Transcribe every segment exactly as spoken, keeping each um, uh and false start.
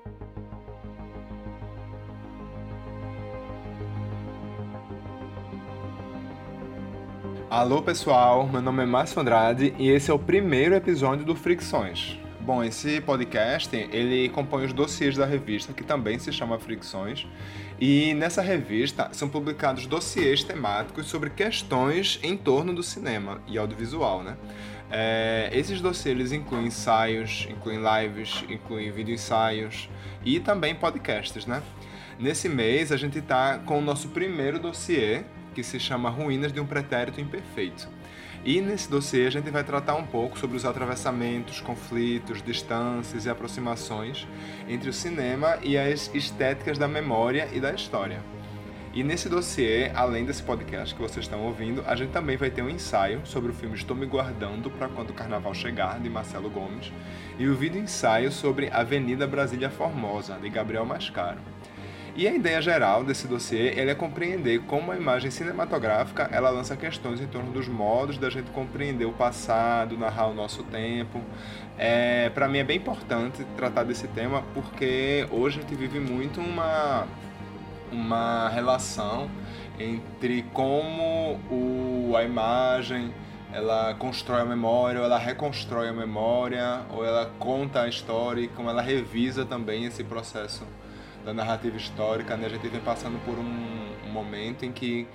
Alô pessoal, meu nome é Márcio Andrade e esse é o primeiro episódio do Fricções. Bom, esse podcast, ele compõe os dossiês da revista, que também se chama Fricções, e nessa revista são publicados dossiês temáticos sobre questões em torno do cinema e audiovisual, né? É, esses dossiês eles incluem ensaios, incluem lives, incluem vídeo-ensaios e também podcasts, né? Nesse mês a gente está com o nosso primeiro dossiê, que se chama Ruínas de um Pretérito Imperfeito. E nesse dossiê a gente vai tratar um pouco sobre os atravessamentos, conflitos, distâncias e aproximações entre o cinema e as estéticas da memória e da história. E nesse dossiê, além desse podcast que vocês estão ouvindo, a gente também vai ter um ensaio sobre o filme Estou Me Guardando para Quando o Carnaval Chegar, de Marcelo Gomes, e o vídeo ensaio sobre Avenida Brasília Formosa, de Gabriel Mascaro. E a ideia geral desse dossiê ele é compreender como a imagem cinematográfica ela lança questões em torno dos modos da gente compreender o passado, narrar o nosso tempo. É, para mim é bem importante tratar desse tema porque hoje a gente vive muito uma, uma relação entre como o, a imagem ela constrói a memória, ou ela reconstrói a memória, ou ela conta a história e como ela revisa também esse processo da narrativa histórica, né? A gente vem passando por um, um momento em que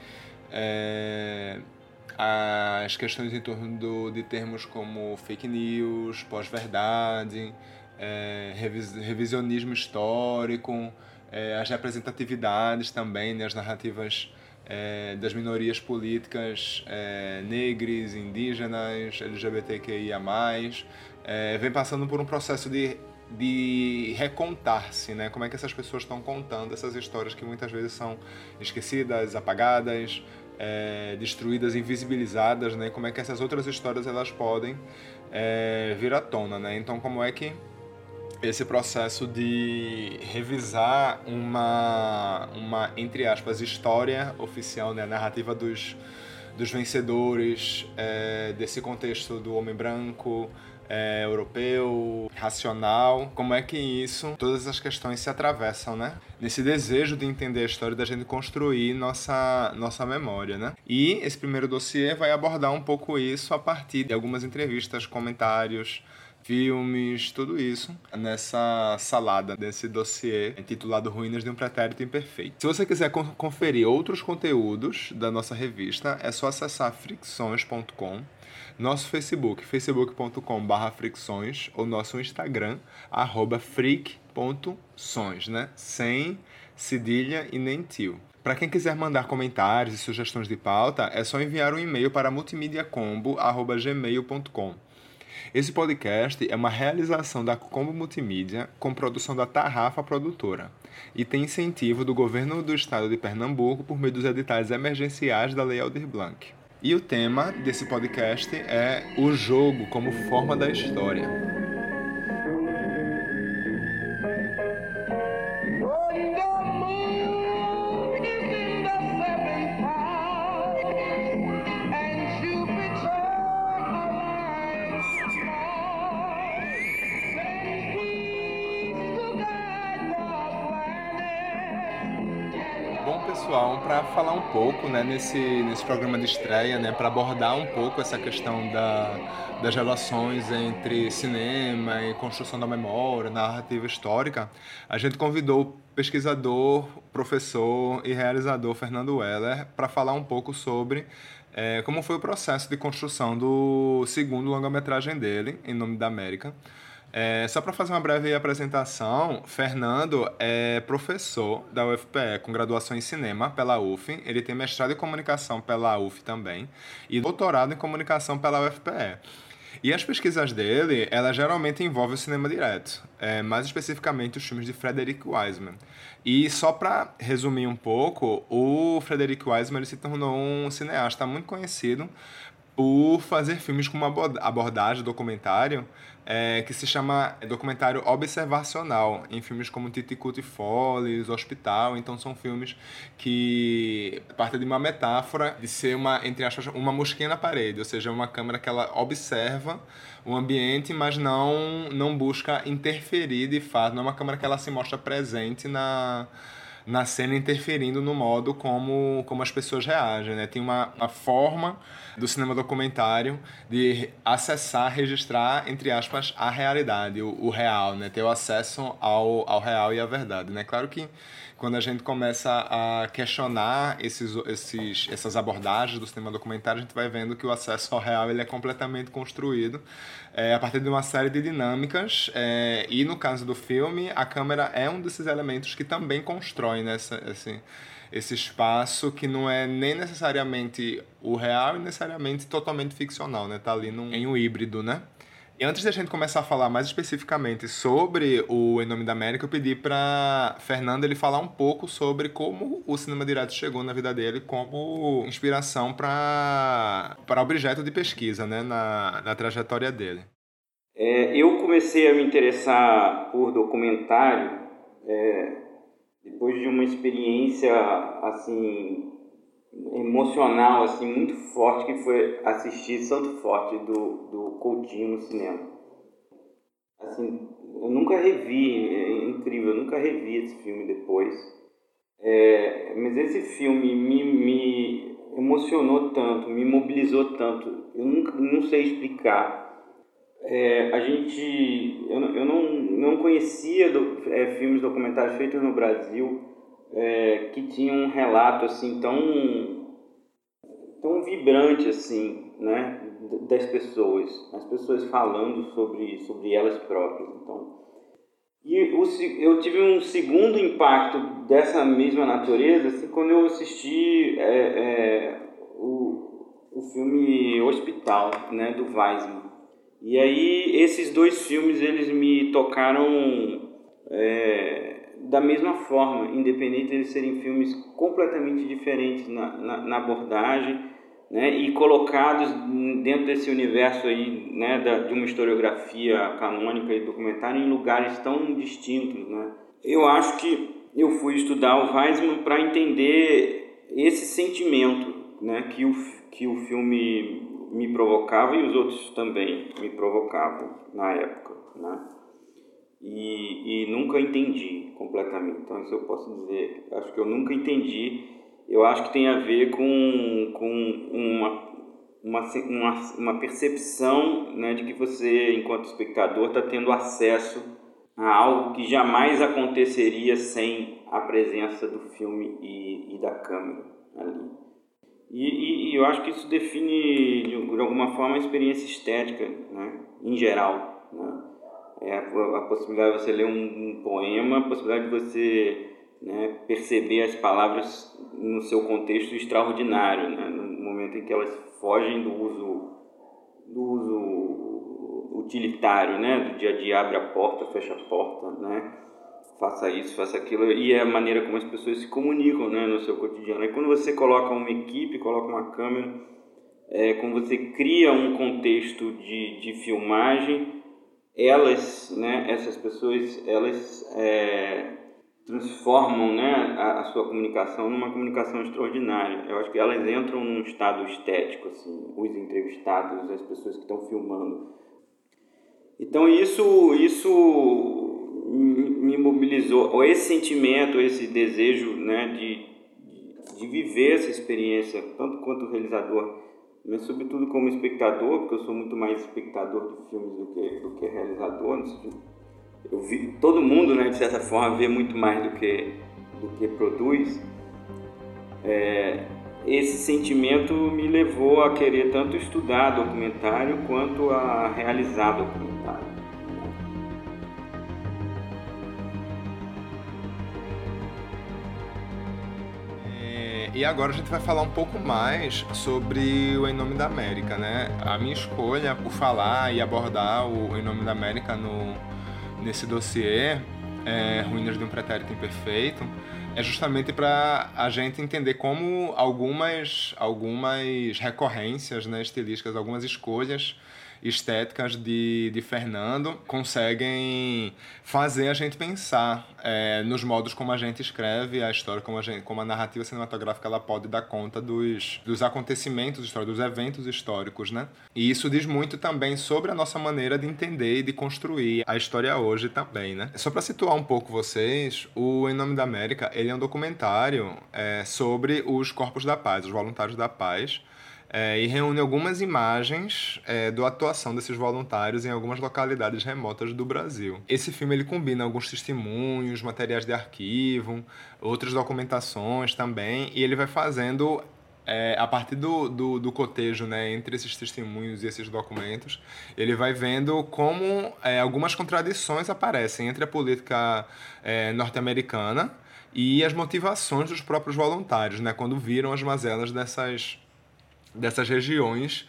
é, as questões em torno do, de termos como fake news, pós-verdade, é, revis, revisionismo histórico, é, as representatividades também, né? As narrativas é, das minorias políticas é, negras, indígenas, L G B T Q I A mais, é, vem passando por um processo de de recontar-se, né? Como é que essas pessoas estão contando essas histórias que muitas vezes são esquecidas, apagadas, é, destruídas, invisibilizadas, né? Como é que essas outras histórias elas podem é, vir à tona, né? Então, como é que esse processo de revisar uma, uma entre aspas, história oficial, né? A narrativa dos, dos vencedores, é, desse contexto do homem branco, É, europeu, racional, como é que isso, todas as questões se atravessam, né? Nesse desejo de entender a história, da gente construir nossa, nossa memória, né? E esse primeiro dossiê vai abordar um pouco isso a partir de algumas entrevistas, comentários, filmes, tudo isso nessa salada desse dossiê intitulado Ruínas de um Pretérito Imperfeito. Se você quiser conferir outros conteúdos da nossa revista, é só acessar fricções ponto com, nosso Facebook, facebook ponto com barra fricções, ou nosso Instagram, arroba fric ponto sons, né? Sem cedilha e nem tio. Para quem quiser mandar comentários e sugestões de pauta, é só enviar um e-mail para multimediacombo arroba gmail ponto com. Esse podcast é uma realização da Combo Multimídia com produção da Tarrafa Produtora e tem incentivo do Governo do Estado de Pernambuco por meio dos editais emergenciais da Lei Aldir Blanc. E o tema desse podcast é o jogo como forma da história. Pessoal, para falar um pouco, né, nesse, nesse programa de estreia, né, para abordar um pouco essa questão da, das relações entre cinema e construção da memória, narrativa histórica, a gente convidou o pesquisador, professor e realizador Fernando Weller para falar um pouco sobre é, como foi o processo de construção do segundo longa-metragem dele, Em Nome da América. É, só para fazer uma breve apresentação, Fernando é professor da U F P E com graduação em cinema pela U F, ele tem mestrado em comunicação pela U F também e doutorado em comunicação pela U F P E. E as pesquisas dele, elas geralmente envolvem o cinema direto, é, mais especificamente os filmes de Frederick Wiseman. E só para resumir um pouco, o Frederick Wiseman ele se tornou um cineasta muito conhecido por fazer filmes com uma abordagem documentário é, que se chama documentário observacional, em filmes como Titicuti Follies, Hospital. Então são filmes que partem de uma metáfora de ser uma, entre aspas, uma mosquinha na parede, ou seja, uma câmera que ela observa o ambiente, mas não, não busca interferir de fato, não é uma câmera que ela se mostra presente na... na cena, interferindo no modo como, como as pessoas reagem, né? Tem uma, uma forma do cinema documentário de acessar, registrar, entre aspas, a realidade, o, o real, né? Ter o acesso ao, ao real e à verdade, né? Claro que quando a gente começa a questionar esses, esses, essas abordagens do cinema documentário, a gente vai vendo que o acesso ao real ele é completamente construído é, a partir de uma série de dinâmicas é, e no caso do filme, a câmera é um desses elementos que também constrói, né, esse, esse, esse espaço que não é nem necessariamente o real e necessariamente totalmente ficcional, né? Tá ali num, em um híbrido, né? E antes da gente começar a falar mais especificamente sobre o Em Nome da América, eu pedi para Fernando ele falar um pouco sobre como o cinema direto chegou na vida dele como inspiração para para objeto de pesquisa, né, na, na trajetória dele. É, eu comecei a me interessar por documentário é, depois de uma experiência assim emocional assim muito forte, que foi assistir Santo Forte do, do Coutinho no cinema. Assim, eu nunca revi, é incrível, eu nunca revi esse filme depois. É, mas esse filme me, me emocionou tanto, me mobilizou tanto, eu nunca, não sei explicar. É, a gente, eu, eu não, não conhecia do, é, filmes documentários feitos no Brasil é, que tinham um relato assim tão, tão vibrante assim, né, das pessoas, as pessoas falando sobre, sobre elas próprias. Então, e o, eu tive um segundo impacto dessa mesma natureza assim, quando eu assisti é, é, o, o filme Hospital, né, do Weissman. E aí esses dois filmes eles me tocaram é, da mesma forma, independente de eles serem filmes completamente diferentes na, na, na abordagem, né, e colocados dentro desse universo aí, né, da, de uma historiografia canônica e documentária em lugares tão distintos, né. Eu acho que eu fui estudar o Weissman para entender esse sentimento, né, que o, que o filme me provocava e os outros também me provocavam na época, né? E, e nunca entendi completamente. Então isso eu posso dizer, acho que eu nunca entendi. Eu acho que tem a ver com, com uma, uma, uma, uma percepção, né, de que você, enquanto espectador, está tendo acesso a algo que jamais aconteceria sem a presença do filme e, e da câmera ali. E, e, e eu acho que isso define, de alguma forma, a experiência estética, né, em geral, né? É a, a possibilidade de você ler um, um poema, a possibilidade de você, né, perceber as palavras no seu contexto extraordinário, né, no momento em que elas fogem do uso, do uso utilitário, né, do dia a dia, abre a porta, fecha a porta, né, faça isso, faça aquilo, e é a maneira como as pessoas se comunicam, né, no seu cotidiano. E quando você coloca uma equipe, coloca uma câmera, é, quando você cria um contexto de, de filmagem, elas, né, essas pessoas, elas é, transformam, né, a, a sua comunicação numa comunicação extraordinária. Eu acho que elas entram num estado estético, assim, os entrevistados, as pessoas que estão filmando. Então isso, isso me mobilizou, ou esse sentimento, esse desejo, né, de, de viver essa experiência, tanto quanto realizador, mas sobretudo como espectador, porque eu sou muito mais espectador de filmes do que, do que realizador. Eu vi, todo mundo, né, de certa forma, vê muito mais do que, do que produz. É, esse sentimento me levou a querer tanto estudar documentário quanto a realizar documentário. E agora a gente vai falar um pouco mais sobre o Em Nome da América, né? A minha escolha por falar e abordar o Em Nome da América no, nesse dossiê é, Ruínas de um Pretérito Imperfeito, é justamente para a gente entender como algumas, algumas recorrências, né, estilísticas, algumas escolhas estéticas de, de Fernando conseguem fazer a gente pensar é, nos modos como a gente escreve a história, como a, gente, como a narrativa cinematográfica ela pode dar conta dos, dos acontecimentos históricos, dos eventos históricos, né? E isso diz muito também sobre a nossa maneira de entender e de construir a história hoje também, né? Só para situar um pouco vocês, o Em Nome da América, ele é um documentário é, sobre os Corpos da Paz, os Voluntários da Paz, é, e reúne algumas imagens é, da atuação desses voluntários em algumas localidades remotas do Brasil. Esse filme ele combina alguns testemunhos, materiais de arquivo, outras documentações também, e ele vai fazendo, é, a partir do, do, do cotejo, né, entre esses testemunhos e esses documentos, ele vai vendo como é, algumas contradições aparecem entre a política é, norte-americana e as motivações dos próprios voluntários, né, quando viram as mazelas dessas dessas regiões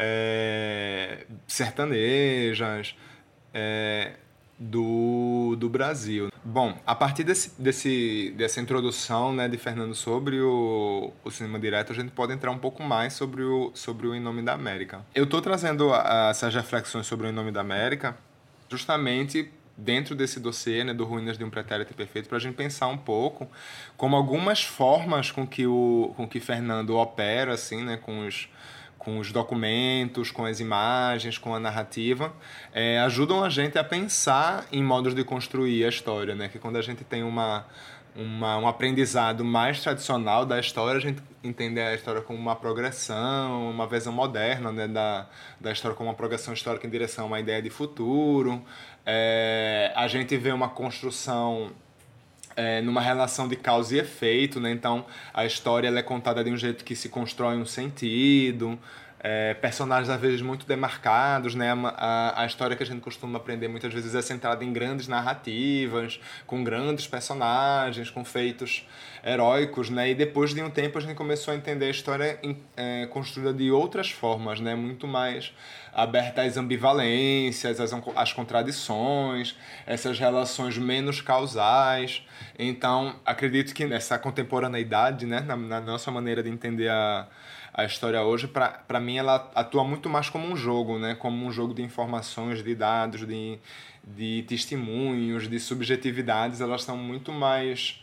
é, sertanejas é, do, do Brasil. Bom, a partir desse, desse, dessa introdução, né, de Fernando sobre o, o cinema direto, a gente pode entrar um pouco mais sobre o, sobre o Em Nome da América. Eu estou trazendo a, a, essas reflexões sobre o Em Nome da América justamente dentro desse dossiê, né, do Ruínas de um Pretérito Imperfeito, para a gente pensar um pouco como algumas formas com que o com que Fernando opera, assim, né, com os com os documentos, com as imagens, com a narrativa, é, ajudam a gente a pensar em modos de construir a história, né, que quando a gente tem uma Uma, um aprendizado mais tradicional da história, a gente entende a história como uma progressão, uma visão moderna, né, da, da história como uma progressão histórica em direção a uma ideia de futuro. É, a gente vê uma construção é, numa relação de causa e efeito, né? Então a história ela é contada de um jeito que se constrói um sentido. É, personagens às vezes muito demarcados, né? A, a história que a gente costuma aprender muitas vezes é centrada em grandes narrativas, com grandes personagens, com feitos heróicos, né? E depois de um tempo a gente começou a entender a história em, é, construída de outras formas, né? Muito mais aberta às ambivalências, às, às contradições, essas relações menos causais. Então, acredito que nessa contemporaneidade, né? Na, na nossa maneira de entender a A história hoje, para mim, ela atua muito mais como um jogo, né? Como um jogo de informações, de dados, de, de testemunhos, de subjetividades. Elas estão muito mais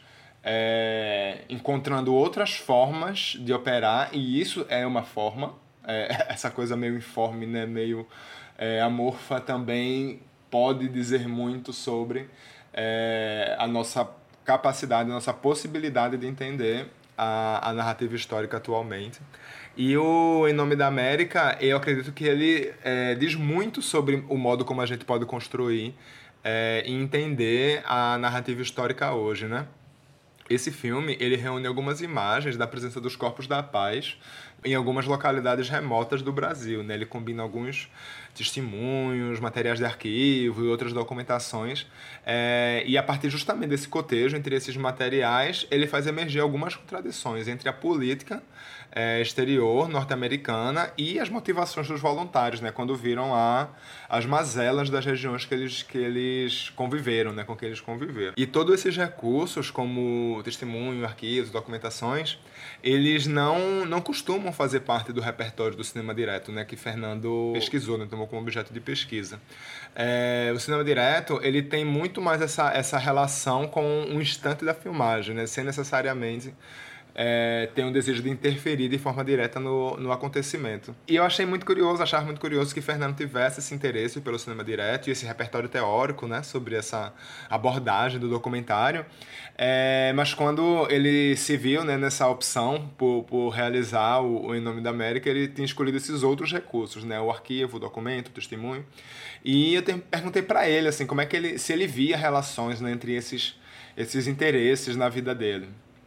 é, encontrando outras formas de operar, e isso é uma forma, é, essa coisa meio informe, né? Meio é, amorfa também pode dizer muito sobre é, a nossa capacidade, a nossa possibilidade de entender a, a narrativa histórica atualmente. E o Em Nome da América, eu acredito que ele é, diz muito sobre o modo como a gente pode construir é, e entender a narrativa histórica hoje, né? Esse filme, ele reúne algumas imagens da presença dos Corpos da Paz em algumas localidades remotas do Brasil, né? Ele combina alguns testemunhos, materiais de arquivo e outras documentações, é, e a partir justamente desse cotejo entre esses materiais, ele faz emergir algumas contradições entre a política é, exterior norte-americana e as motivações dos voluntários, né? Quando viram lá as mazelas das regiões que eles, que eles conviveram, né? Com que eles conviveram. E todos esses recursos, como testemunho, arquivos, documentações, eles não, não costumam fazer parte do repertório do cinema direto, né, que Fernando pesquisou, né, tomou como objeto de pesquisa. É, o cinema direto, ele tem muito mais essa, essa relação com um instante da filmagem, né, sem necessariamente é, ter um desejo de interferir de forma direta no, no acontecimento. E eu achei muito curioso, achava muito curioso que Fernando tivesse esse interesse pelo cinema direto e esse repertório teórico, né, sobre essa abordagem do documentário. É, mas quando ele se viu, né, nessa opção por, por realizar o, o Em Nome da América, ele tinha escolhido esses outros recursos, né, o arquivo, o documento, o testemunho. E eu te, perguntei para ele, assim, como é que ele, se ele via relações, né, entre esses, esses interesses na vida dele.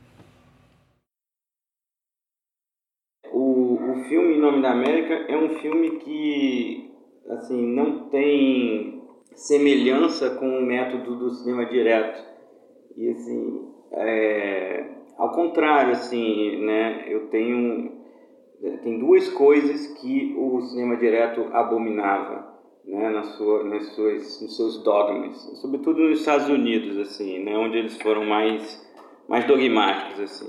O filme Em Nome da América é um filme que, assim, não tem semelhança com o método do cinema direto. E, assim, é, ao contrário, assim, né, eu tenho tem duas coisas que o cinema direto abominava. né, na sua, nas suas, nos seus dogmas, sobretudo nos Estados Unidos, assim, né, onde eles foram mais, mais dogmáticos, assim.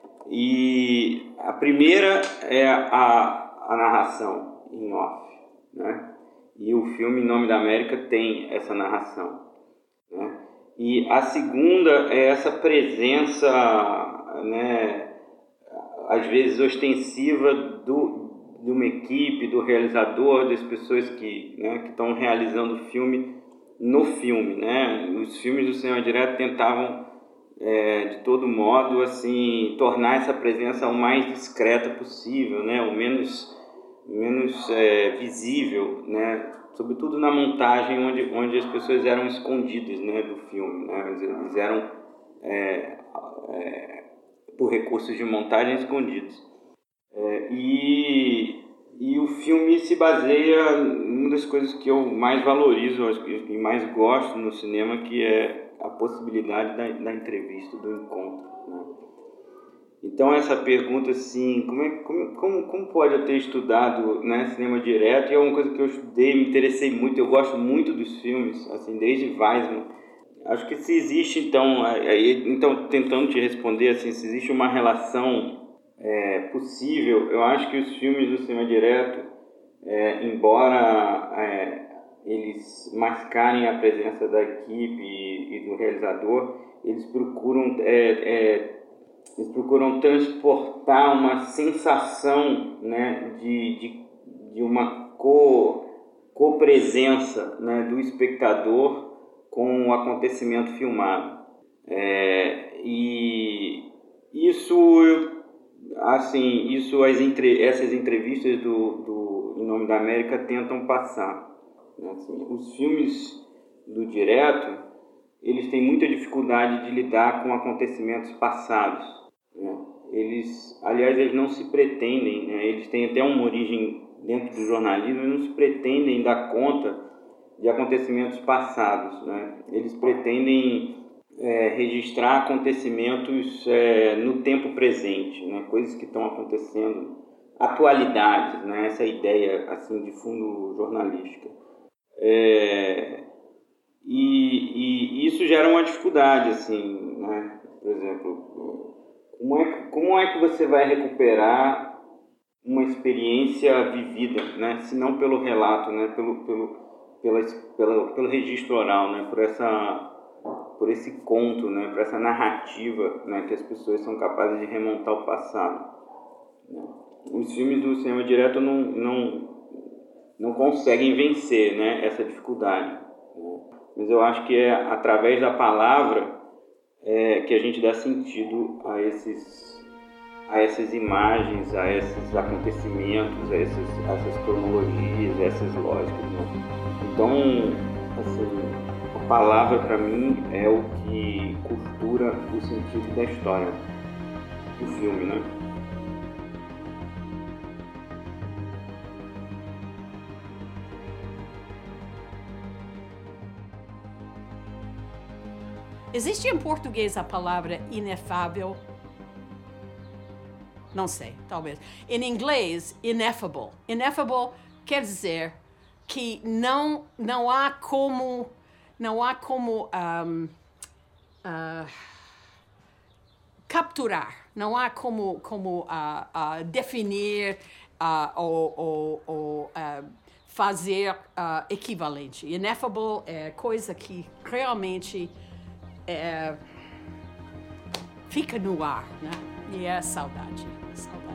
E a primeira é a, a narração em off, né, e o filme Nome da América tem essa narração, né, e a segunda é essa presença, né, às vezes ostensiva do de uma equipe, do realizador, das pessoas que, né, que estão realizando o filme no filme, né? Os filmes do Cinema Direto tentavam, é, de todo modo, assim, tornar essa presença o mais discreta possível, né? O menos, menos é, visível, né? Sobretudo na montagem, onde, onde as pessoas eram escondidas, né, do filme, né? Eles eram, é, é, por recursos de montagem, escondidos. É, e, e o filme se baseia em uma das coisas que eu mais valorizo e mais gosto no cinema, que é a possibilidade da, da entrevista, do encontro, né? Então essa pergunta assim, como, é, como, como, como pode eu ter estudado, né, cinema direto? E é uma coisa que eu estudei, me interessei muito, eu gosto muito dos filmes, assim, desde Weissman. Acho que se existe, então, então tentando te responder, assim, se existe uma relação É, possível, eu acho que os filmes do Cinema Direto, é, embora é, eles mascarem a presença da equipe e, e do realizador, eles procuram, é, é, eles procuram transportar uma sensação, né, de, de, de uma co, co-presença, né, do espectador com o acontecimento filmado. É, e isso eu Assim, isso as entre, essas entrevistas do, do Em Nome da América tentam passar, né? Assim, os filmes do direto, eles têm muita dificuldade de lidar com acontecimentos passados, né? Eles, aliás, eles não se pretendem, né? Eles têm até uma origem dentro do jornalismo, eles não se pretendem dar conta de acontecimentos passados, né? Eles pretendem É, registrar acontecimentos é, no tempo presente, né? Coisas que estão acontecendo, atualidades, né? Essa ideia assim de fundo jornalística. É, e, e isso gera uma dificuldade, assim, né? Por exemplo, como é, como é que você vai recuperar uma experiência vivida, né? Se não pelo relato, né? Pelo, pelo, pela, pela, pelo registro oral, né? Por essa por esse conto, né, por essa narrativa, né, que as pessoas são capazes de remontar o passado, né? Os filmes do Cinema Direto não, não, não conseguem vencer, né, essa dificuldade, né? Mas eu acho que é através da palavra é, que a gente dá sentido a, esses, a essas imagens, a esses acontecimentos, a essas, a essas cronologias, a essas lógicas, né? Então, assim, a palavra, para mim, é o que costura o sentido da história do filme, né? Existe em português a palavra inefável? Não sei, talvez. Em inglês, ineffable. Ineffable quer dizer que não, não há como... Não há como um, uh, capturar, não há como, como uh, uh, definir uh, ou, ou, ou uh, fazer uh, equivalente. Ineffable é coisa que realmente é, fica no ar, né? E é saudade, saudade.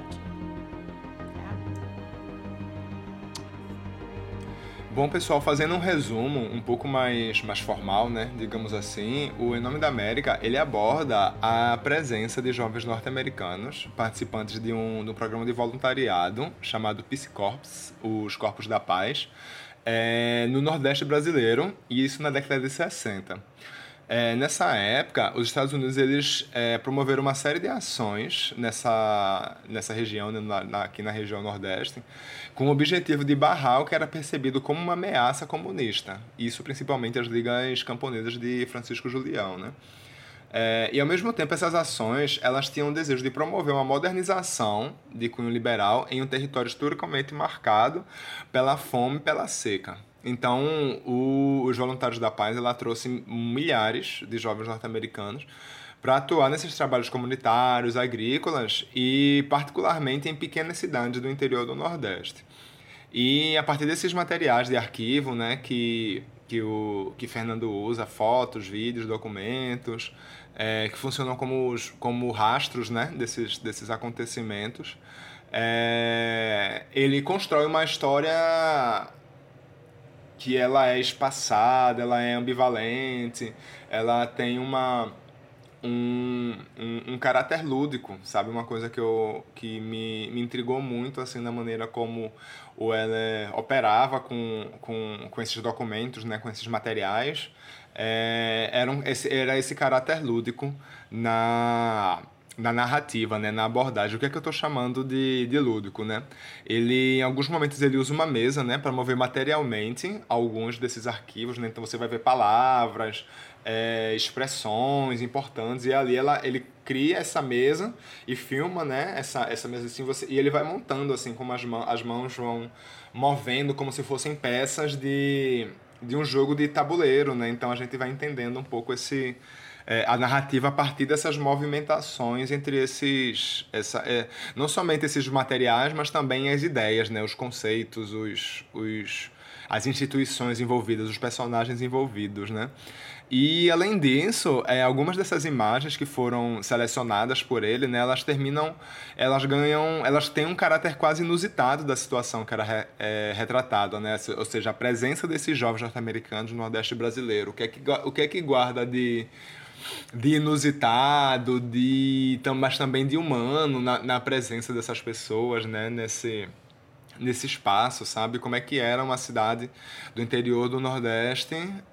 Bom, pessoal, fazendo um resumo um pouco mais, mais formal, né, digamos assim, o Em Nome da América, ele aborda a presença de jovens norte-americanos, participantes de um, de um programa de voluntariado chamado Peace Corps, os Corpos da Paz, é, no Nordeste brasileiro, e isso na década de sessenta. É, nessa época, os Estados Unidos eles, é, promoveram uma série de ações nessa, nessa região, né, na, na, aqui na região Nordeste, com o objetivo de barrar o que era percebido como uma ameaça comunista. Isso principalmente as ligas camponesas de Francisco Julião, né? É, e ao mesmo tempo essas ações elas tinham o desejo de promover uma modernização de cunho liberal em um território historicamente marcado pela fome e pela seca. Então, o, os Voluntários da Paz, ela trouxe milhares de jovens norte-americanos para atuar nesses trabalhos comunitários, agrícolas e particularmente em pequenas cidades do interior do Nordeste. E a partir desses materiais de arquivo, né, que, que o que Fernando usa, fotos, vídeos, documentos, é, que funcionam como, os, como rastros, né, desses, desses acontecimentos, é, ele constrói uma história que ela é espaçada, ela é ambivalente, ela tem uma, um, um, um caráter lúdico, sabe? Uma coisa que, eu, que me, me intrigou muito, assim, na maneira como o Heller operava com, com, com esses documentos, né? Com esses materiais. É, era, um, esse, era esse caráter lúdico na... na narrativa, né, na abordagem. O que é que eu estou chamando de, de lúdico, né? Ele, em alguns momentos, ele usa uma mesa, né, para mover materialmente alguns desses arquivos, né? Então você vai ver palavras, é, expressões importantes, e ali ela, ele cria essa mesa e filma, né, essa, essa mesa assim, você, e ele vai montando assim, como as, mãos, as mãos vão movendo como se fossem peças de, de um jogo de tabuleiro, né? Então a gente vai entendendo um pouco esse É, a narrativa a partir dessas movimentações entre esses, essa, é, não somente esses materiais, mas também as ideias, né, os conceitos, os, os, as instituições envolvidas, os personagens envolvidos, né? E além disso, é, algumas dessas imagens que foram selecionadas por ele, né, elas terminam, elas ganham, elas têm um caráter quase inusitado da situação que era re, é, retratada, né? Ou seja, a presença desses jovens norte-americanos no Nordeste brasileiro. O que é que, o que é que guarda de de inusitado, de, mas também de humano na, na presença dessas pessoas, né, nesse, nesse espaço, sabe? Como é que era uma cidade do interior do Nordeste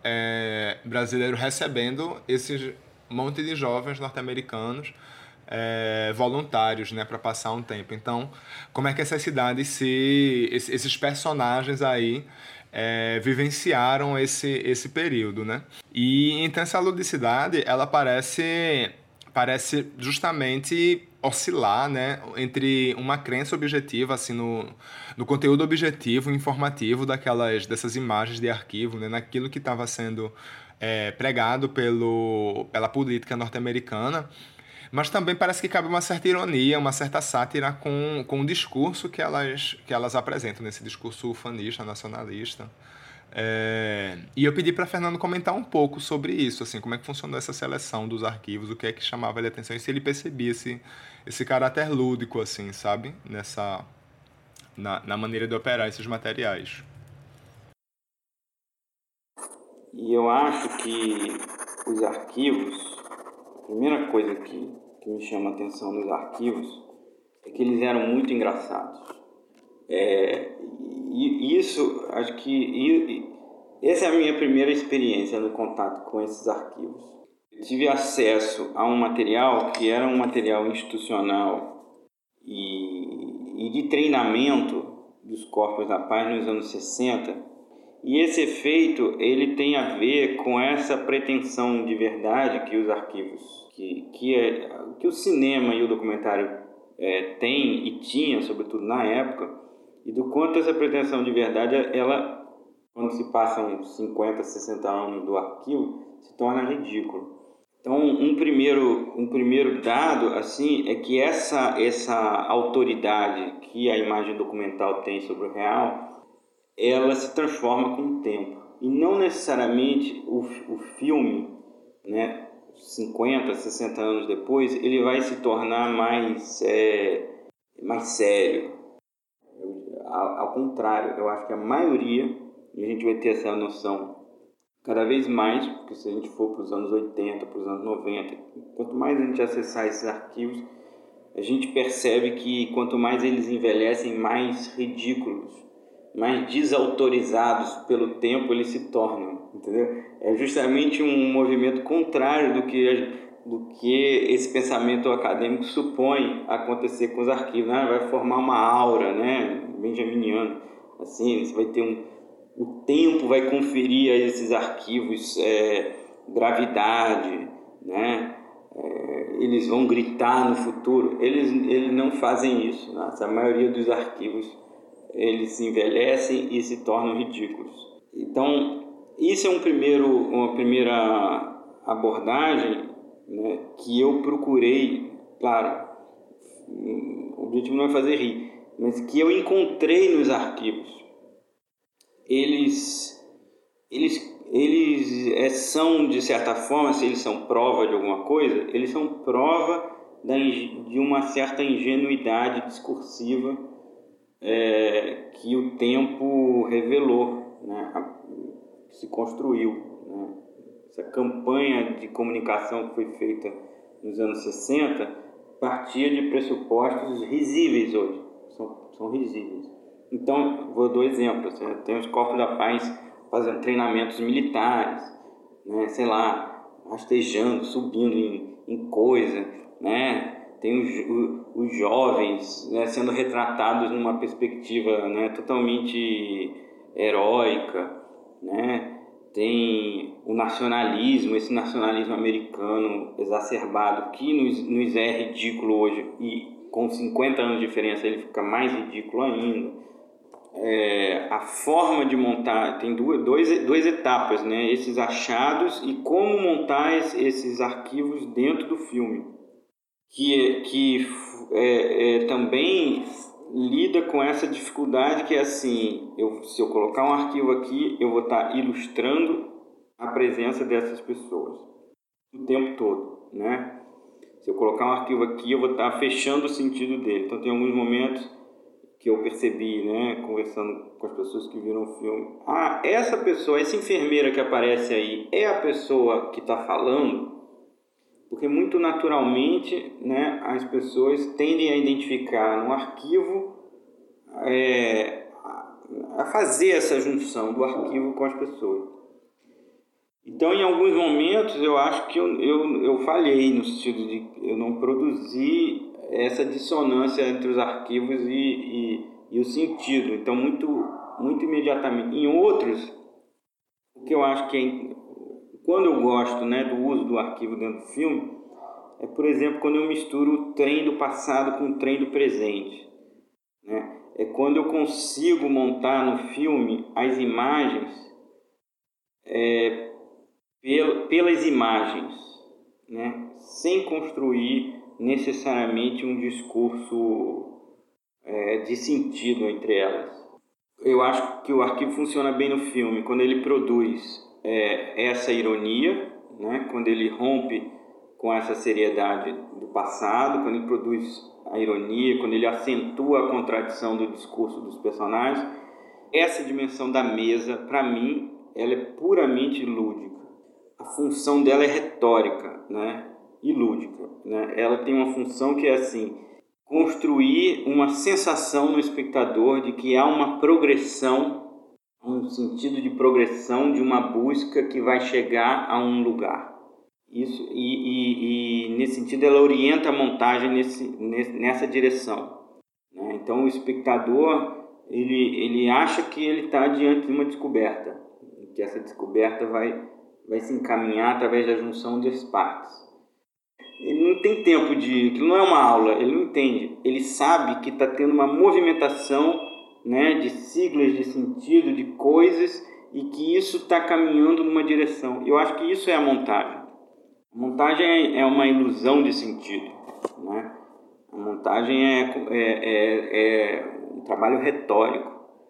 é, brasileiro recebendo esses monte de jovens norte-americanos é, voluntários, né, para passar um tempo. Então, como é que essas cidades se... esses personagens aí É, vivenciaram esse, esse período, né? E então essa ludicidade, ela parece, parece justamente oscilar, né, entre uma crença objetiva, assim, no, no conteúdo objetivo, informativo daquelas, dessas imagens de arquivo, né, naquilo que estava sendo é, pregado pelo, pela política norte-americana, mas também parece que cabe uma certa ironia, uma certa sátira com, com o discurso que elas, que elas apresentam, nesse discurso ufanista, nacionalista. É, e eu pedi para Fernando comentar um pouco sobre isso, assim, como é que funcionou essa seleção dos arquivos, o que é que chamava ele a atenção, e se ele percebia esse, esse caráter lúdico, assim, sabe? Nessa, na, na maneira de operar esses materiais. E eu acho que os arquivos, a primeira coisa que, que me chama a atenção nos arquivos é que eles eram muito engraçados. É, e isso, acho que e, e, essa é a minha primeira experiência no contato com esses arquivos. Eu tive acesso a um material que era um material institucional e, e de treinamento dos Corpos da Paz nos anos sessenta, e esse efeito ele tem a ver com essa pretensão de verdade que os arquivos, que, que, é, que o cinema e o documentário é, têm e tinham, sobretudo na época, e do quanto essa pretensão de verdade, ela, quando se passam cinquenta, sessenta anos do arquivo, se torna ridículo. Então, um primeiro, um primeiro dado assim, é que essa, essa autoridade que a imagem documental tem sobre o real, ela se transforma com o tempo. E não necessariamente o, o filme, né, cinquenta, sessenta anos depois, ele vai se tornar mais, é, mais sério. Ao, ao contrário, eu acho que a maioria, e a gente vai ter essa noção cada vez mais, porque se a gente for para os anos oitenta, para os anos noventa, quanto mais a gente acessar esses arquivos, a gente percebe que quanto mais eles envelhecem, mais ridículos, mais desautorizados pelo tempo eles se tornam, entendeu? É justamente um movimento contrário do que, do que esse pensamento acadêmico supõe acontecer com os arquivos, né? Vai formar uma aura, né? Benjaminiano, assim, você vai ter um... O tempo vai conferir a esses arquivos é, gravidade, né? É, eles vão gritar no futuro. Eles, eles não fazem isso, né? A maioria dos arquivos eles se envelhecem e se tornam ridículos. Então, isso é um primeiro, uma primeira abordagem, né, que eu procurei, claro, o objetivo não é fazer rir, mas que eu encontrei nos arquivos. Eles, eles, eles é, são, de certa forma, se eles são prova de alguma coisa, eles são prova da, de uma certa ingenuidade discursiva é, que o tempo revelou, né, se construiu, né? Essa campanha de comunicação que foi feita nos anos sessenta partia de pressupostos risíveis hoje, são, são risíveis. Então, vou dar exemplos. Tem os Corpos da Paz fazendo treinamentos militares, né, sei lá, rastejando, subindo em, em coisa, né? Tem os, os jovens, né, sendo retratados numa perspectiva, né, totalmente heróica, né? Tem o nacionalismo, esse nacionalismo americano exacerbado, que nos, nos é ridículo hoje, e com cinquenta anos de diferença ele fica mais ridículo ainda. É, a forma de montar, tem duas, dois, duas etapas, né? Esses achados e como montar esses arquivos dentro do filme, que, que é, é, também lida com essa dificuldade que é assim, eu, se eu colocar um arquivo aqui, eu vou estar ilustrando a presença dessas pessoas o tempo todo, né? Se eu colocar um arquivo aqui, eu vou estar fechando o sentido dele. Então tem alguns momentos que eu percebi, né, conversando com as pessoas que viram o filme, ah, essa pessoa, essa enfermeira que aparece aí, é a pessoa que está falando, porque muito naturalmente, né, as pessoas tendem a identificar no arquivo, é, a fazer essa junção do arquivo com as pessoas. Então, em alguns momentos, eu acho que eu, eu, eu falhei no sentido de eu não produzi essa dissonância entre os arquivos e, e, e o sentido. Então, muito, muito imediatamente. Em outros, o que eu acho que é, quando eu gosto, né, do uso do arquivo dentro do filme, é, por exemplo, quando eu misturo o trem do passado com o trem do presente, né? É quando eu consigo montar no filme as imagens é, pel, pelas imagens, né? Sem construir necessariamente um discurso é, de sentido entre elas. Eu acho que o arquivo funciona bem no filme quando ele produz é, essa ironia, né? Quando ele rompe com essa seriedade do passado, quando ele produz a ironia, quando ele acentua a contradição do discurso dos personagens. Essa dimensão da mesa, para mim, ela é puramente lúdica. A função dela é retórica, né? E lúdica, né? Ela tem uma função que é assim, construir uma sensação no espectador de que há uma progressão, um sentido de progressão, de uma busca que vai chegar a um lugar. Isso, e, e, e nesse sentido ela orienta a montagem nesse, nessa direção, né? Então o espectador ele, ele acha que ele está diante de uma descoberta, que essa descoberta vai, vai se encaminhar através da junção das partes. Ele não tem tempo de... Aquilo não é uma aula, ele não entende. Ele sabe que está tendo uma movimentação, né, de siglas de sentido, de coisas, e que isso está caminhando numa direção. Eu acho que isso é a montagem. A montagem é uma ilusão de sentido, né? A montagem é, é, é, é um trabalho retórico.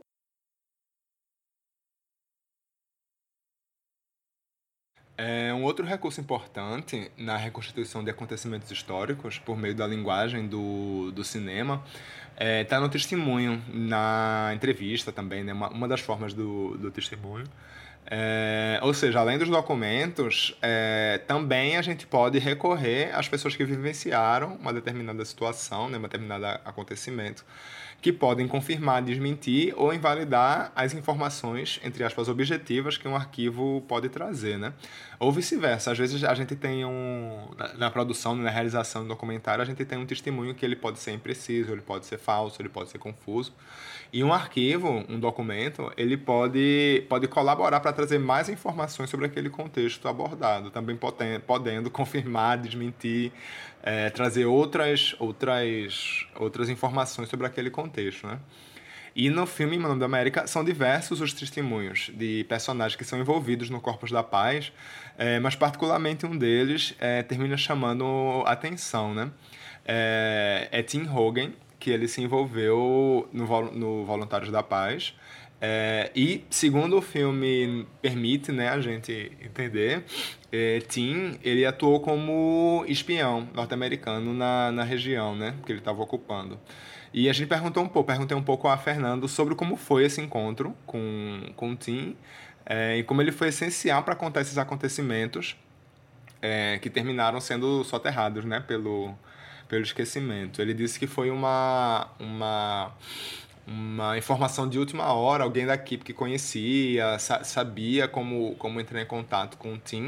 É, um outro recurso importante na reconstituição de acontecimentos históricos, por meio da linguagem do, do cinema, está é, no testemunho, na entrevista também, né? uma, uma das formas do, do testemunho. É, ou seja, além dos documentos, é, também a gente pode recorrer às pessoas que vivenciaram uma determinada situação, né, um determinado acontecimento, que podem confirmar, desmentir ou invalidar as informações, entre aspas, objetivas que um arquivo pode trazer, né? Ou vice-versa. Às vezes a gente tem um... Na produção, na realização do documentário, a gente tem um testemunho que ele pode ser impreciso, ele pode ser falso, ele pode ser confuso. E um arquivo, um documento, ele pode, pode colaborar para trazer mais informações sobre aquele contexto abordado, também podendo, podendo confirmar, desmentir, é, trazer outras, outras, outras informações sobre aquele contexto, né? E no filme Meu Nome da América são diversos os testemunhos de personagens que são envolvidos no Corpos da Paz, é, mas particularmente um deles é, termina chamando atenção, né? É, é Tim Hogan, que ele se envolveu no, no Voluntários da Paz. É, e, segundo o filme permite, né, a gente entender, é, Tim, ele atuou como espião norte-americano na, na região, né, que ele estava ocupando. E a gente perguntou um pouco, perguntei um pouco a Fernando sobre como foi esse encontro com, com o Tim, é, e como ele foi essencial para contar esses acontecimentos é, que terminaram sendo soterrados, né, pelo, pelo esquecimento. Ele disse que foi uma... uma uma informação de última hora, alguém da equipe que conhecia, sa- sabia como, como entrar em contato com o Tim,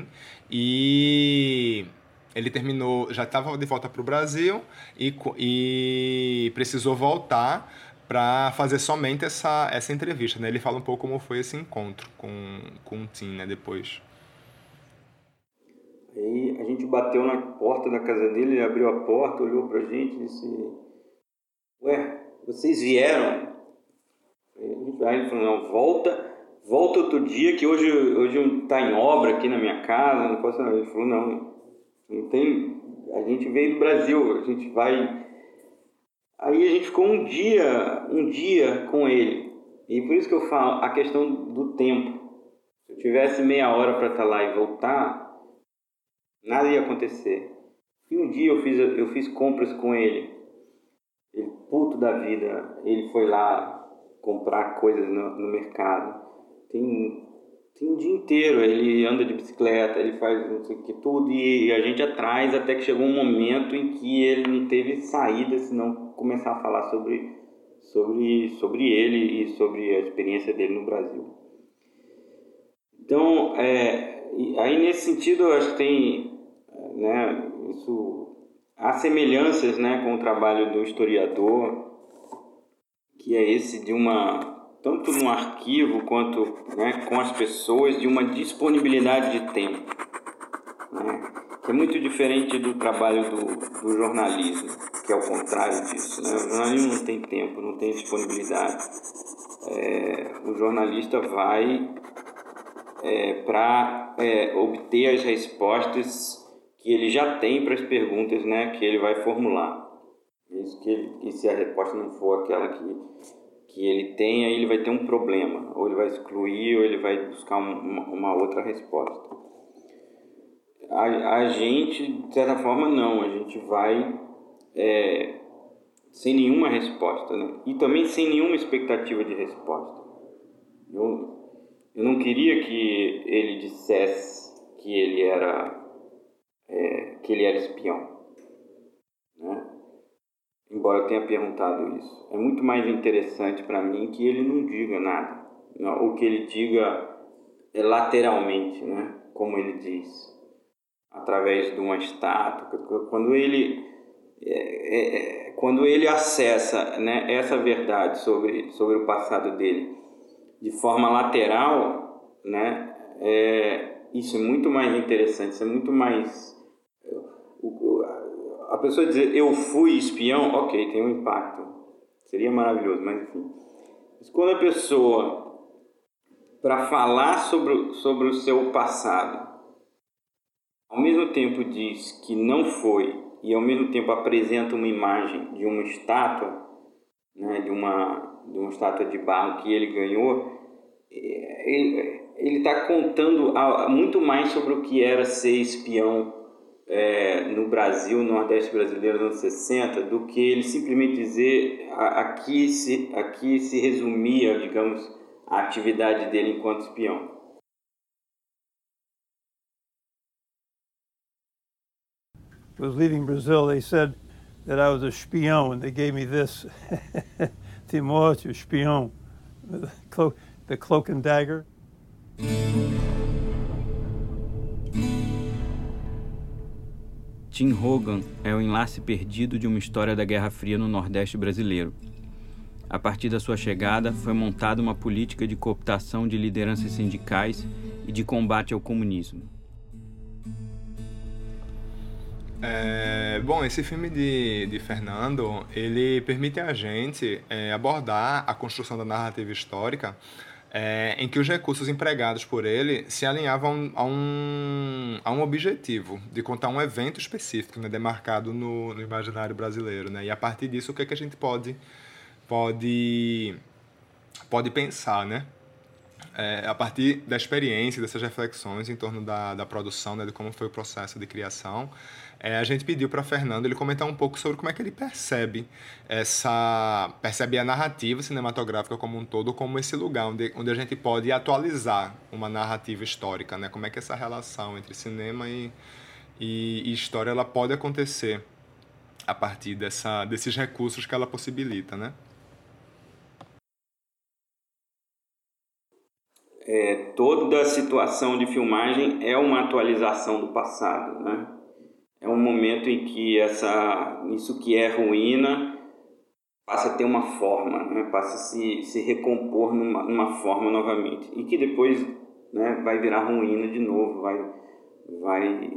e ele terminou, já estava de volta para o Brasil e, e precisou voltar para fazer somente essa, essa entrevista, né? Ele fala um pouco como foi esse encontro com, com o Tim, né, depois. Aí a gente bateu na porta da casa dele, ele abriu a porta, olhou pra gente e disse: ué, vocês vieram? Aí ele falou: não, volta, volta outro dia, que hoje, hoje tá em obra aqui na minha casa, não posso. Ele falou: não, não tem, a gente veio do Brasil, a gente vai. Aí a gente ficou um dia, um dia com ele, e por isso que eu falo a questão do tempo. Se eu tivesse meia hora para estar lá e voltar, nada ia acontecer. E um dia eu fiz, eu fiz compras com ele, ele puto da vida, ele foi lá comprar coisas no, no mercado. Tem, tem um dia inteiro, ele anda de bicicleta, ele faz não sei o que tudo, e a gente atrás, até que chegou um momento em que ele não teve saída senão começar a falar sobre, sobre, sobre ele e sobre a experiência dele no Brasil. Então, é, aí nesse sentido eu acho que tem, né, isso, há semelhanças, né, com o trabalho do historiador, que é esse de uma, tanto no arquivo quanto, né, com as pessoas, de uma disponibilidade de tempo, né, que é muito diferente do trabalho do, do jornalismo, que é o contrário disso, né? O jornalismo não tem tempo, não tem disponibilidade. É, o jornalista vai é, para é, obter as respostas que ele já tem para as perguntas, né, que ele vai formular. Isso que, ele, que se a resposta não for aquela que, que ele tem, aí ele vai ter um problema, ou ele vai excluir, ou ele vai buscar um, uma, uma outra resposta. A, a gente, de certa forma, não, a gente vai é, sem nenhuma resposta, né? E também sem nenhuma expectativa de resposta. Eu, eu não queria que ele dissesse que ele era, é, que ele era espião, né? Embora eu tenha perguntado isso. É muito mais interessante para mim que ele não diga nada, ou que ele diga lateralmente, né? Como ele diz, através de uma estátua. Quando ele, é, é, quando ele acessa, né, essa verdade sobre, sobre o passado dele de forma lateral, né, é, isso é muito mais interessante, isso é muito mais... A pessoa dizer eu fui espião, ok, tem um impacto, seria maravilhoso, mas enfim. Mas quando a pessoa, para falar sobre, sobre o seu passado, ao mesmo tempo diz que não foi, e ao mesmo tempo apresenta uma imagem de uma estátua, né, de, uma, de uma estátua de barro que ele ganhou, ele está contando muito mais sobre o que era ser espião É, no Brasil, no Nordeste brasileiro nos anos sessenta, do que ele simplesmente dizer aqui se, aqui se resumia, digamos, a atividade dele enquanto espião. I was leaving Brazil, they said that I was a espião, and they gave me this, Timóteo, espião, the cloak, the cloak and dagger. Tim Hogan é o enlace perdido de uma história da Guerra Fria no Nordeste brasileiro. A partir da sua chegada, foi montada uma política de cooptação de lideranças sindicais e de combate ao comunismo. É, bom, esse filme de, de Fernando, ele permite a gente é, abordar a construção da narrativa histórica é, em que os recursos empregados por ele se alinhavam a um, a um objetivo de contar um evento específico, né, demarcado no, no imaginário brasileiro, né? E a partir disso, o que, é que a gente pode, pode, pode pensar, né? É, a partir da experiência, dessas reflexões em torno da, da produção, né, de como foi o processo de criação, é, a gente pediu para Fernando ele comentar um pouco sobre como é que ele percebe essa percebe a narrativa cinematográfica como um todo, como esse lugar onde, onde a gente pode atualizar uma narrativa histórica, né? Como é que essa relação entre cinema e, e, e história ela pode acontecer a partir dessa, desses recursos que ela possibilita, né? É, toda a situação de filmagem é uma atualização do passado, né? É um momento em que essa, isso que é ruína passa a ter uma forma, né? Passa a se, se recompor numa, numa forma novamente. E que depois, né, vai virar ruína de novo, vai, vai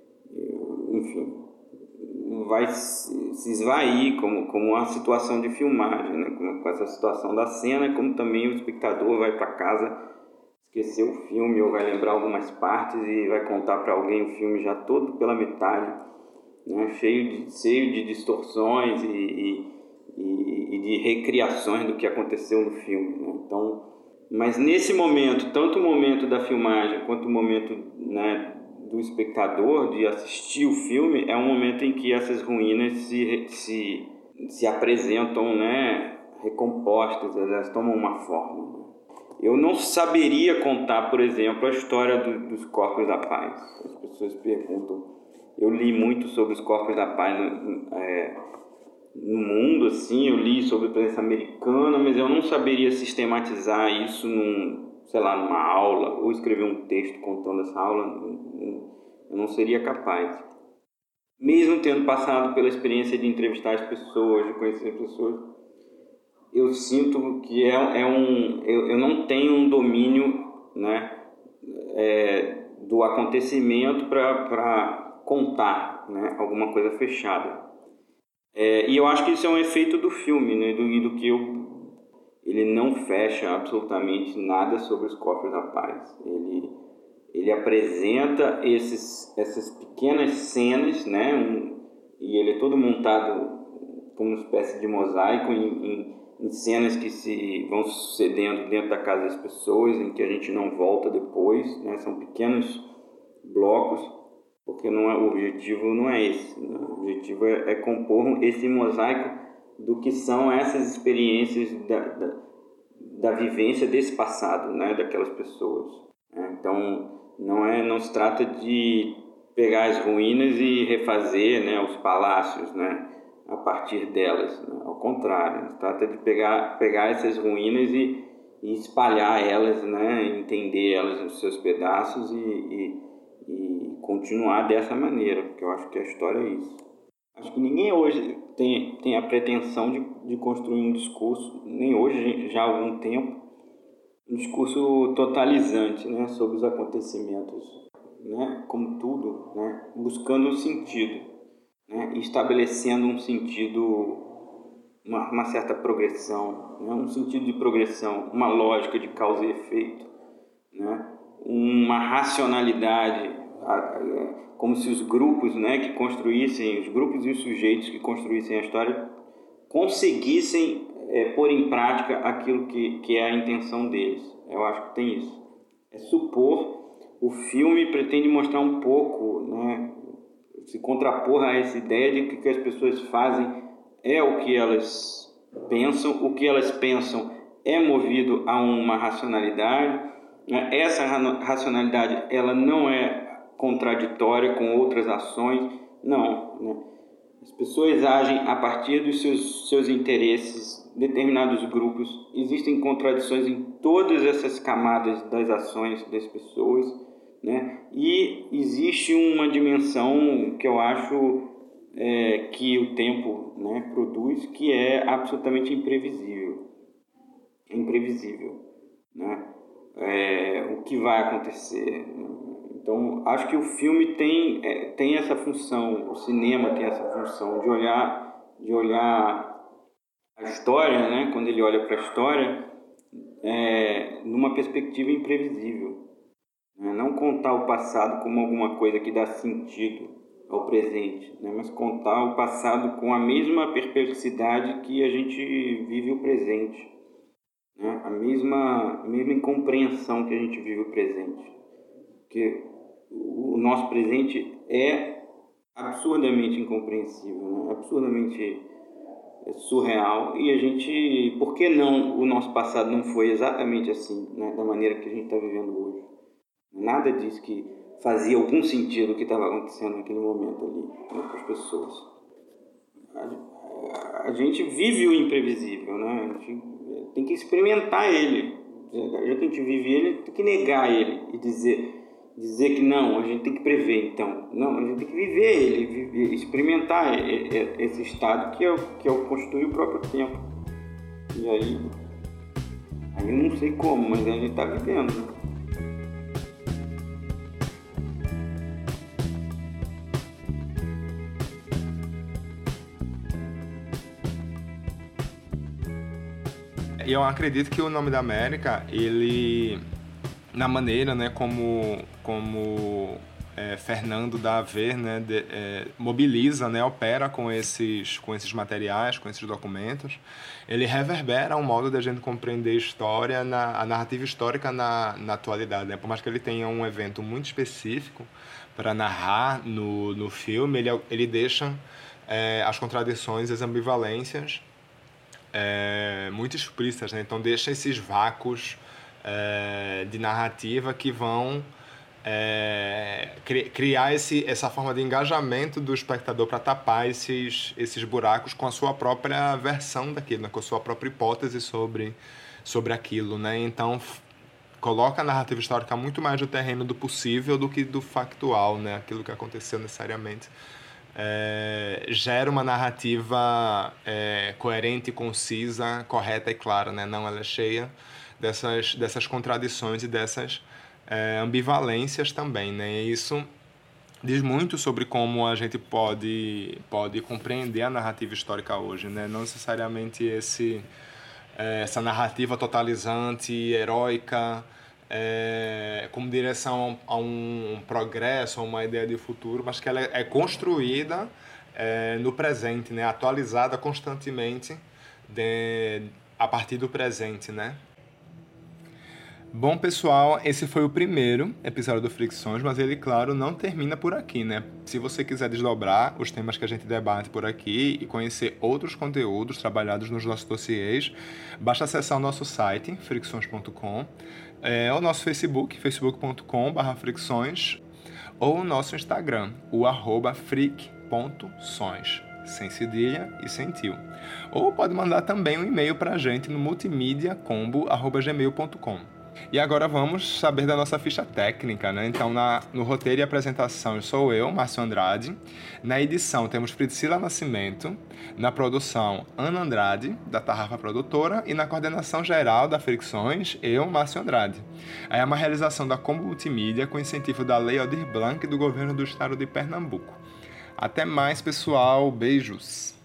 enfim, vai se esvair como, como uma situação de filmagem, né? Com, com essa situação da cena, como também o espectador vai para casa esquecer o filme ou vai lembrar algumas partes e vai contar para alguém o filme já todo pela metade, né? cheio, de, cheio de distorções e, e, e, e de recriações do que aconteceu no filme, né? Então, mas nesse momento, tanto o momento da filmagem quanto o momento, né, do espectador de assistir o filme, é um momento em que essas ruínas se, se, se apresentam, né, recompostas, elas tomam uma forma. Eu não saberia contar, por exemplo, a história do, dos Corpos da Paz. As pessoas perguntam. Eu li muito sobre os Corpos da Paz no, é, no mundo, assim. Eu li sobre a presença americana, mas eu não saberia sistematizar isso num, sei lá, numa aula ou escrever um texto contando essa aula. Eu não seria capaz. Mesmo tendo passado pela experiência de entrevistar as pessoas, de conhecer as pessoas, eu sinto que é, é um... Eu, eu não tenho um domínio, né, é, do acontecimento para contar, né, alguma coisa fechada. É, e eu acho que isso é um efeito do filme, né, do, do que eu, ele não fecha absolutamente nada sobre os Corpos da Paz. Ele, ele apresenta esses, essas pequenas cenas, né, um, e ele é todo montado como uma espécie de mosaico em, em em cenas que se vão sucedendo dentro da casa das pessoas, em que a gente não volta depois, né? São pequenos blocos, porque não é, o objetivo não é esse, né? O objetivo é, é compor esse mosaico do que são essas experiências da, da, da vivência desse passado, né? Daquelas pessoas, né? Então, não, é, não se trata de pegar as ruínas e refazer, né, os palácios, né, a partir delas, né? Ao contrário, se trata de pegar, pegar essas ruínas e, e espalhar elas, né? Entender elas nos seus pedaços e, e, e continuar dessa maneira, porque eu acho que a história é isso. Acho que ninguém hoje tem, tem a pretensão de, de construir um discurso, nem hoje, já há algum tempo, um discurso totalizante, né? Sobre os acontecimentos, né? Como tudo, né? Buscando um sentido, né, estabelecendo um sentido, uma, uma certa progressão, né, um sentido de progressão, uma lógica de causa e efeito, né, uma racionalidade, como se os grupos, né, que construíssem, os grupos e os sujeitos que construíssem a história conseguissem é, pôr em prática aquilo que, que é a intenção deles. Eu acho que tem isso. É supor, o filme pretende mostrar um pouco, né, se contrapor a essa ideia de que o que as pessoas fazem é o que elas pensam, o que elas pensam é movido a uma racionalidade, né? Essa racionalidade ela não é contraditória com outras ações, não, né? As pessoas agem a partir dos seus, seus interesses, determinados grupos, existem contradições em todas essas camadas das ações das pessoas, né? E existe uma dimensão que eu acho é, que o tempo, né, produz, que é absolutamente imprevisível. Imprevisível, né? É, o que vai acontecer. Então, acho que o filme tem, é, tem essa função, o cinema tem essa função de olhar, de olhar a história, né? Quando ele olha para a história, é, numa perspectiva imprevisível. Né? Não contar o passado como alguma coisa que dá sentido ao presente, né? Mas contar o passado com a mesma perplexidade que a gente vive o presente, né? A mesma, a mesma incompreensão que a gente vive o presente. Porque o nosso presente é absurdamente incompreensível, né? Absurdamente surreal, e a gente, por que não o nosso passado não foi exatamente assim, né? Da maneira que a gente está vivendo hoje? Nada diz que fazia algum sentido o que estava acontecendo naquele momento ali, né, com as pessoas. A, a gente vive o imprevisível, né? A gente tem que experimentar ele. Já que a gente vive ele, tem que negar ele e dizer, dizer que não, a gente tem que prever, então. Não, a gente tem que viver ele, viver, experimentar esse estado que é o que é o constitui o próprio tempo. E aí, aí eu não sei como, mas a gente está vivendo, né? E eu acredito que o Nome da América, ele, na maneira, né, como, como é, Fernando dá a ver, né, de, é, mobiliza, né, opera com esses, com esses materiais, com esses documentos, ele reverbera um modo de a gente compreender a história, na, a narrativa histórica na, na atualidade, né? Por mais que ele tenha um evento muito específico para narrar no, no filme, ele, ele deixa é, as contradições, as ambivalências É, muito explícitas, né? Então deixa esses vácuos é, de narrativa que vão é, cri- criar esse, essa forma de engajamento do espectador para tapar esses, esses buracos com a sua própria versão daquilo, né? Com a sua própria hipótese sobre, sobre aquilo, né? Então f- coloca a narrativa histórica muito mais no terreno do possível do que do factual, né? Aquilo que aconteceu necessariamente. É, gera uma narrativa é, coerente, concisa, correta e clara, né? Não, ela é cheia dessas, dessas contradições e dessas é, ambivalências também, né? E isso diz muito sobre como a gente pode, pode compreender a narrativa histórica hoje, né? Não necessariamente esse, é, essa narrativa totalizante, heróica, É, como direção a um, um progresso, a uma ideia de futuro, mas que ela é construída é, no presente, né? Atualizada constantemente de, a partir do presente, né? Bom, pessoal, esse foi o primeiro episódio do Fricções, mas ele, claro, não termina por aqui, né? Se você quiser desdobrar os temas que a gente debate por aqui e conhecer outros conteúdos trabalhados nos nossos dossiês, basta acessar o nosso site, fricções ponto com, é, o nosso Facebook, facebook ponto com barra fricções, ou o nosso Instagram, o arroba fric ponto sons, sem cedilha e sem tio. Ou pode mandar também um e-mail para a gente no multimediacombo arroba gmail ponto com. E agora vamos saber da nossa ficha técnica, né? Então, na, no roteiro e apresentação sou eu, Márcio Andrade. Na edição temos Priscila Nascimento. Na produção, Ana Andrade, da Tarrafa Produtora. E na coordenação geral da Fricções, eu, Márcio Andrade. É uma realização da Combo Multimídia com incentivo da Lei Aldir Blanc e do Governo do Estado de Pernambuco. Até mais, pessoal. Beijos!